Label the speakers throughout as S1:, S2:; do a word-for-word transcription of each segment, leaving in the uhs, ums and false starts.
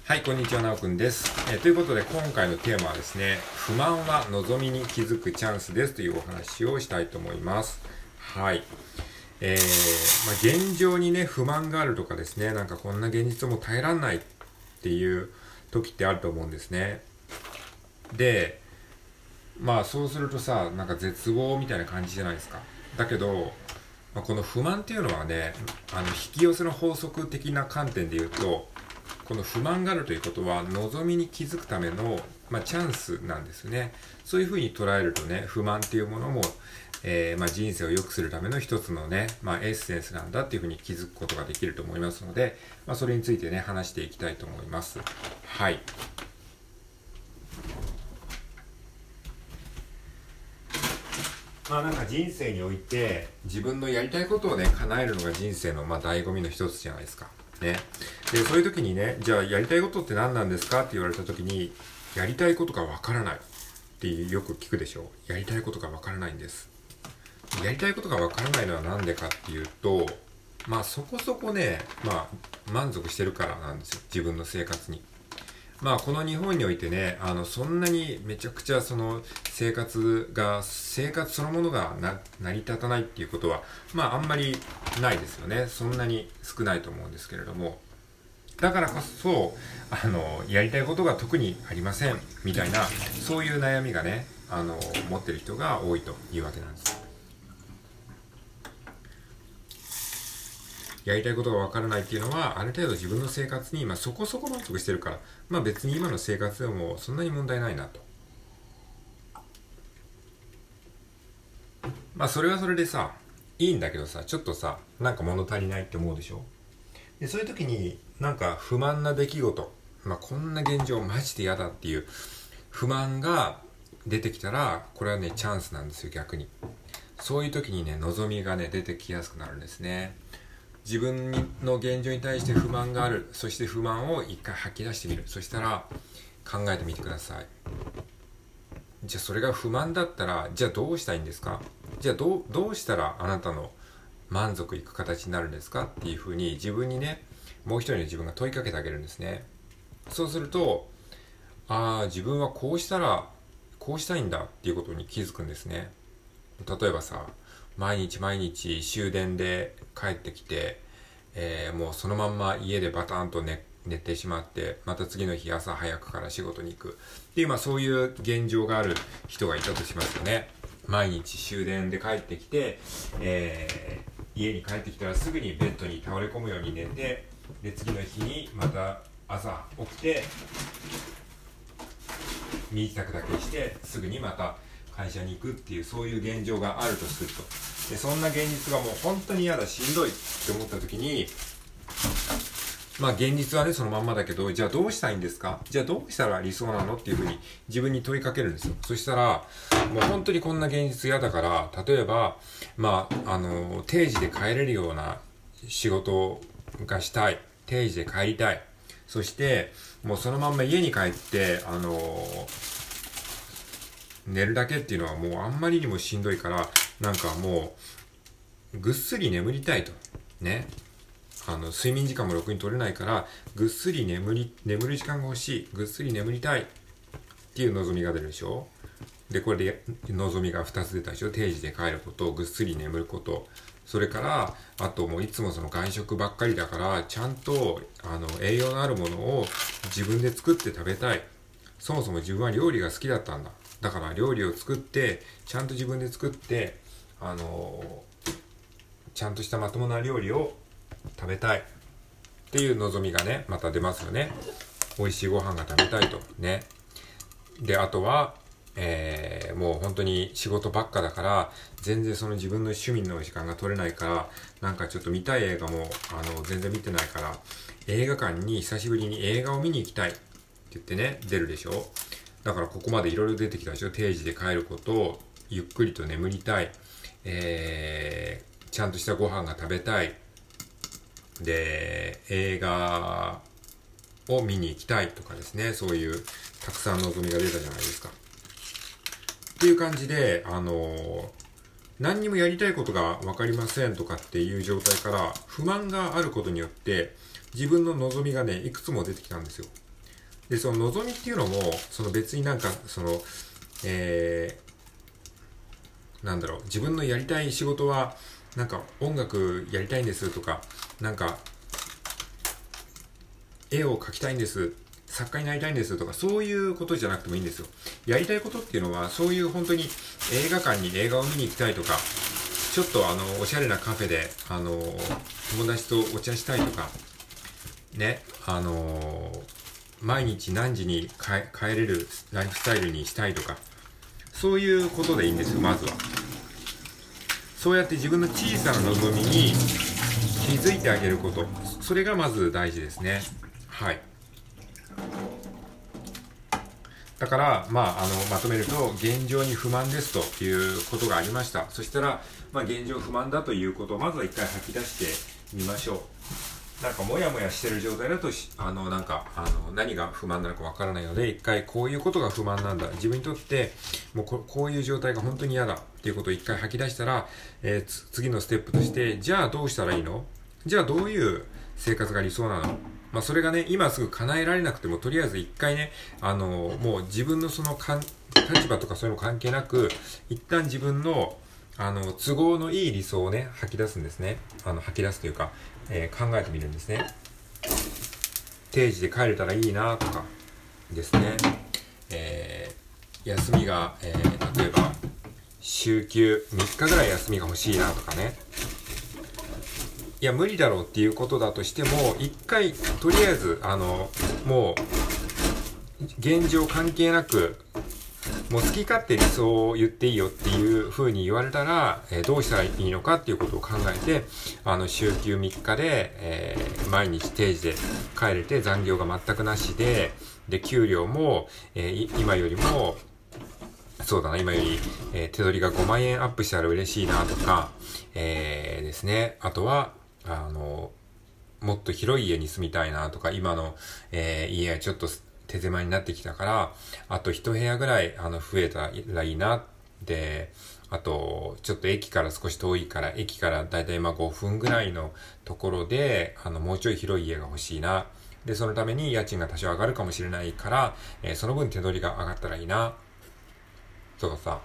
S1: はい、こんにちは、なおくんです、えー。ということで、今回のテーマはですね、不満は望みに気づくチャンスですというお話をしたいと思います。はい。えー、まあ、現状にね、不満があるとかですね、なんかこんな現実をもう耐えらんないっていう時ってあると思うんですね。で、まあそうするとさ、なんか絶望みたいな感じじゃないですか。だけど、まあ、この不満っていうのはね、あの引き寄せの法則的な観点で言うと、この不満があるということは望みに気づくための、まあ、チャンスなんですね。そういうふうに捉えるとね、不満っていうものも、えーまあ、人生を良くするための一つのね、まあ、エッセンスなんだっていうふうに気づくことができると思いますので、まあ、それについてね、話していきたいと思います。はい。まあなんか人生において自分のやりたいことをね、叶えるのが人生のまあ醍醐味の一つじゃないですか。ね。で、そういう時にね、じゃあやりたいことって何なんですかって言われた時に、やりたいことがわからないってよく聞くでしょ。やりたいことがわからないんです。やりたいことがわからないのはなんでかっていうと、まあそこそこね、まあ満足してるからなんですよ。自分の生活に。まあこの日本においてね、あのそんなにめちゃくちゃその生活が、生活そのものがな成り立たないっていうことは、まああんまりないですよね。そんなに少ないと思うんですけれども。だからこそ、あの、やりたいことが特にありません、みたいな、そういう悩みがね、あの、持ってる人が多いというわけなんです。やりたいことがわからないっていうのは、ある程度自分の生活に、まあ、そこそこ満足してるから、まあ別に今の生活でもそんなに問題ないなと。まあそれはそれでさ、いいんだけどさ、ちょっとさ、なんか物足りないって思うでしょ。で、そういう時になんか不満な出来事、まあこんな現状マジで嫌だっていう不満が出てきたら、これはね、チャンスなんですよ、逆に。そういう時にね、望みがね、出てきやすくなるんですね。自分の現状に対して不満がある。そして不満を一回吐き出してみる。そしたら考えてみてください。じゃあそれが不満だったら、じゃあどうしたいんですか？じゃあどう、どうしたらあなたの満足いく形になるんですかっていうふうに自分にね、もう一人の自分が問いかけてあげるんですね。そうすると、ああ、自分はこうしたら、こうしたいんだっていうことに気づくんですね。例えばさ、毎日毎日終電で帰ってきて、えー、もうそのまんま家でバタンと寝、寝てしまって、また次の日朝早くから仕事に行く。っていう、まあそういう現状がある人がいたとしますよね。毎日終電で帰ってきて、えー、家に帰ってきたらすぐにベッドに倒れ込むように寝て、で、次の日にまた朝起きて、身支度だけして、すぐにまた会社に行くっていう、そういう現状があるとすると。で、そんな現実がもう本当に嫌だ、しんどいって思った時に、まあ現実はね、そのまんまだけど、じゃあどうしたいんですか？じゃあどうしたら理想なのっていうふうに自分に問いかけるんですよ。そしたら、もう本当にこんな現実嫌だから、例えば、まあ、あの、定時で帰れるような仕事がしたい。定時で帰りたい。そして、もうそのまんま家に帰って、あの、寝るだけっていうのはもうあんまりにもしんどいから、なんかもう、ぐっすり眠りたいと。ね。あの、睡眠時間もろくに取れないから、ぐっすり眠り、眠る時間が欲しい。ぐっすり眠りたい。っていう望みが出るでしょ。で、これで望みがふたつ出たでしょ。定時で帰ること、ぐっすり眠ること。それから、あともういつもその外食ばっかりだから、ちゃんと、あの、栄養のあるものを自分で作って食べたい。そもそも自分は料理が好きだったんだ。だから料理を作って、ちゃんと自分で作って、あのー、ちゃんとしたまともな料理を食べたいっていう望みがね、また出ますよね。美味しいご飯が食べたいと。ね。で、あとは、えー、もう本当に仕事ばっかだから、全然その自分の趣味の時間が取れないから、なんかちょっと見たい映画も、あの、全然見てないから、映画館に久しぶりに映画を見に行きたいって言ってね、出るでしょ。だからここまでいろいろ出てきたでしょ。定時で帰ること、ゆっくりと眠りたい、えー、ちゃんとしたご飯が食べたい、で、映画を見に行きたいとかですね、そういうたくさん望みが出たじゃないですか。っていう感じで、あのー、何にもやりたいことがわかりませんとかっていう状態から不満があることによって自分の望みがね、いくつも出てきたんですよ。 で、その望みっていうのも、その別になんか、その、えー、なんだろう、自分のやりたい仕事は、なんか音楽やりたいんですとか、なんか、絵を描きたいんです、作家になりたいんですとか、そういうことじゃなくてもいいんですよ。やりたいことっていうのは、そういう本当に映画館に映画を見に行きたいとか、ちょっとあの、おしゃれなカフェで、あの、友達とお茶したいとか、ね、あの、毎日何時に帰れるライフスタイルにしたいとか、そういうことでいいんですよ、まずは。そうやって自分の小さな望みに気づいてあげること、それがまず大事ですね。はい。だから、まあ、あの、まとめると、現状に不満ですということがありました。そしたら、まあ、現状不満だということを、まずは一回吐き出してみましょう。なんか、もやもやしてる状態だと、あの、なんか、あの、何が不満なのかわからないので、一回こういうことが不満なんだ。自分にとって、もうこ、こういう状態が本当に嫌だっていうことを一回吐き出したら、えー、次のステップとして、じゃあどうしたらいいの？じゃあどういう生活が理想なの？まあそれがね、今すぐ叶えられなくても、とりあえず一回ね、あの、もう自分のそのかん立場とかそういうの関係なく、一旦自分の、あの、都合のいい理想をね、吐き出すんですね。あの、吐き出すというか、えー、考えてみるんですね。定時で帰れたらいいなとかですね。えー、休みが、えー、例えば、週休みっかぐらい休みが欲しいなとかね。いや無理だろうっていうことだとしても、一回とりあえずあのもう現状関係なく、もう好き勝手理想を言っていいよっていう風に言われたら、えー、どうしたらいいのかっていうことを考えて、あの週休みっかで、えー、毎日定時で帰れて残業が全くなしで、で給料も、えー、今よりもそうだな、今より、えー、手取りがごまんえんアップしたら嬉しいなとか、えー、ですね、あとはあの、もっと広い家に住みたいなとか、今の、えー、家はちょっと手狭になってきたから、あと一部屋ぐらい、あの、増えたらいいな。で、あと、ちょっと駅から少し遠いから、駅からだいたい今ごふんぐらいのところで、あの、もうちょい広い家が欲しいな。で、そのために家賃が多少上がるかもしれないから、えー、その分手取りが上がったらいいな。とかさ。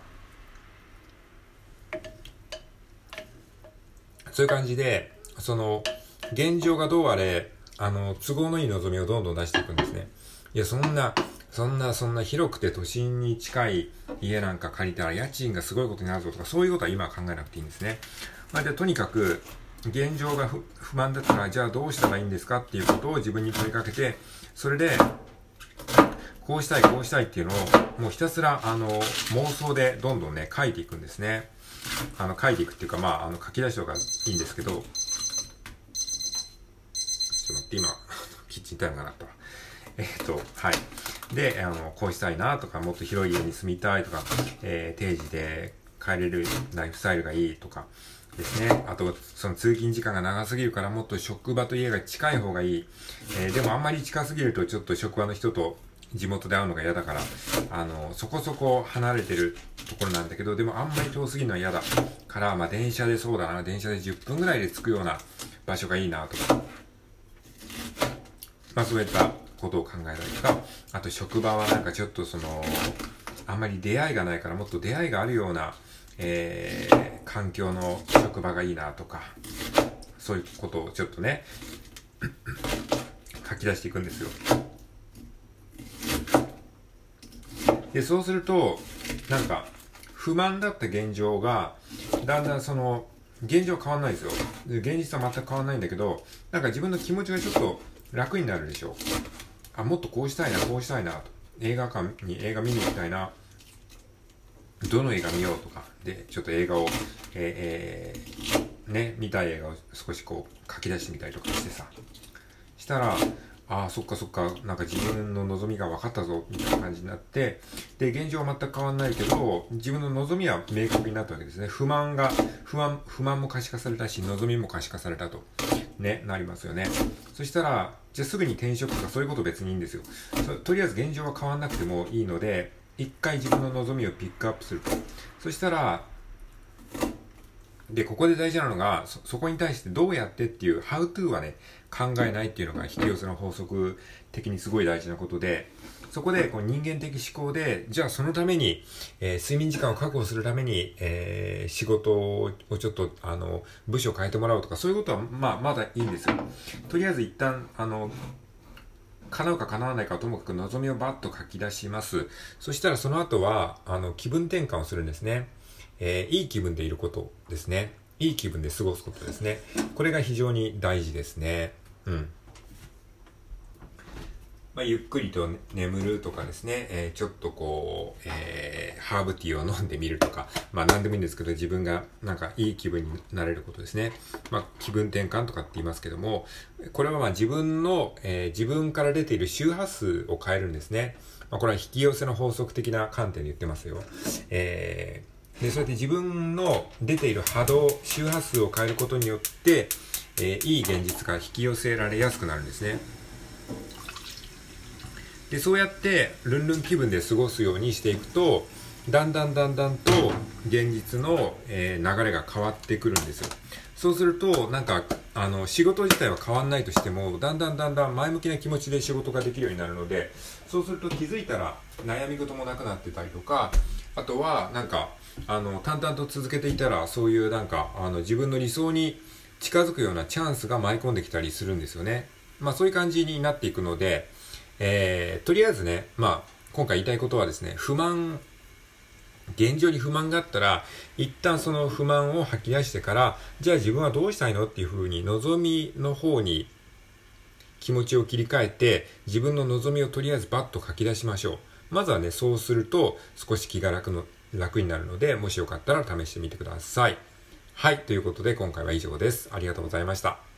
S1: そういう感じで、その、現状がどうあれ、あの、都合のいい望みをどんどん出していくんですね。いや、そんな、そんな、そんな広くて都心に近い家なんか借りたら家賃がすごいことになるぞとか、そういうことは今は考えなくていいんですね。まあ、で、とにかく、現状が 不, 不満だったら、じゃあどうしたらいいんですかっていうことを自分に問いかけて、それで、こうしたい、こうしたいっていうのを、もうひたすら、あの、妄想でどんどんね、書いていくんですね。あの、書いていくっていうか、まあ、あの、書き出した方がいいんですけど、ちょっと待って、今、キッチンタイムが鳴ったわ。えっ、ー、と、はい。で、あの、こうしたいなとか、もっと広い家に住みたいとか、えー、定時で帰れるライフスタイルがいいとかですね。あと、その通勤時間が長すぎるから、もっと職場と家が近い方がいい。えー、でもあんまり近すぎると、ちょっと職場の人と地元で会うのが嫌だから、あの、そこそこ離れてるところなんだけど、でもあんまり遠すぎるのは嫌だから、まあ電車でそうだな、電車でじゅっぷんぐらいで着くような場所がいいなとか、まあそういったことを考えたりとか、あと職場はなんかちょっとその、あんまり出会いがないからもっと出会いがあるような、えー、環境の職場がいいなとか、そういうことをちょっとね、書き出していくんですよ。で、そうすると、なんか、不満だった現状が、だんだんその、現状変わんないですよ。で、現実は全く変わんないんだけど、なんか自分の気持ちがちょっと楽になるでしょ。あ、もっとこうしたいな、こうしたいなと。映画館に映画見に行きたいな。どの映画見ようとか。で、ちょっと映画を、えー、えー、ね、見たい映画を少しこう書き出してみたりとかしてさ。したら、ああ、そっかそっか、なんか自分の望みが分かったぞ、みたいな感じになって、で、現状は全く変わんないけど、自分の望みは明確になったわけですね。不満が、不安、不満も可視化されたし、望みも可視化されたと、ね、なりますよね。そしたら、じゃあすぐに転職とかそういうこと別にいいんですよ。とりあえず現状は変わんなくてもいいので、一回自分の望みをピックアップすると。そしたら、 で、ここで大事なのが、そ、そこに対してどうやってっていう、ハウトゥー はね、考えないっていうのが引き寄せの法則的にすごい大事なことで、そこでこう人間的思考で、じゃあそのために、えー、睡眠時間を確保するために、えー、仕事をちょっと、あの、部署を変えてもらおうとか、そういうことは、まあ、まだいいんですよ。とりあえず一旦、あの、叶うか叶わないかともかく望みをバッと書き出します。そしたらその後は、あの、気分転換をするんですね。えー、いい気分でいることですね。いい気分で過ごすことですね。これが非常に大事ですね。うん。まあ、ゆっくりと眠るとかですね、えー、ちょっとこう、えー、ハーブティーを飲んでみるとか、まあ何でもいいんですけど、自分がなんかいい気分になれることですね。まあ気分転換とかって言いますけども、これはまあ自分の、えー、自分から出ている周波数を変えるんですね。まあこれは引き寄せの法則的な観点で言ってますよ。えー、で、そうやって自分の出ている波動、周波数を変えることによって、えー、いい現実が引き寄せられやすくなるんですね。で、そうやってルンルン気分で過ごすようにしていくと、だんだんだんだんと現実の、えー、流れが変わってくるんですよ。そうすると、なんか、あの、仕事自体は変わんないとしても、だんだんだんだん前向きな気持ちで仕事ができるようになるので、そうすると気づいたら悩み事もなくなってたりとか、あとは、なんか、あの、淡々と続けていたら、そういうなんか、あの、自分の理想に近づくようなチャンスが舞い込んできたりするんですよね。まあ、そういう感じになっていくので、えー、とりあえずね、まあ、今回言いたいことはですね、不満、現状に不満があったら、一旦その不満を吐き出してから、じゃあ自分はどうしたいのっていう風に望みの方に気持ちを切り替えて、自分の望みをとりあえずバッと書き出しましょう。まずはね、そうすると少し気が楽の、楽になるので、もしよかったら試してみてください。はい、ということで今回は以上です。ありがとうございました。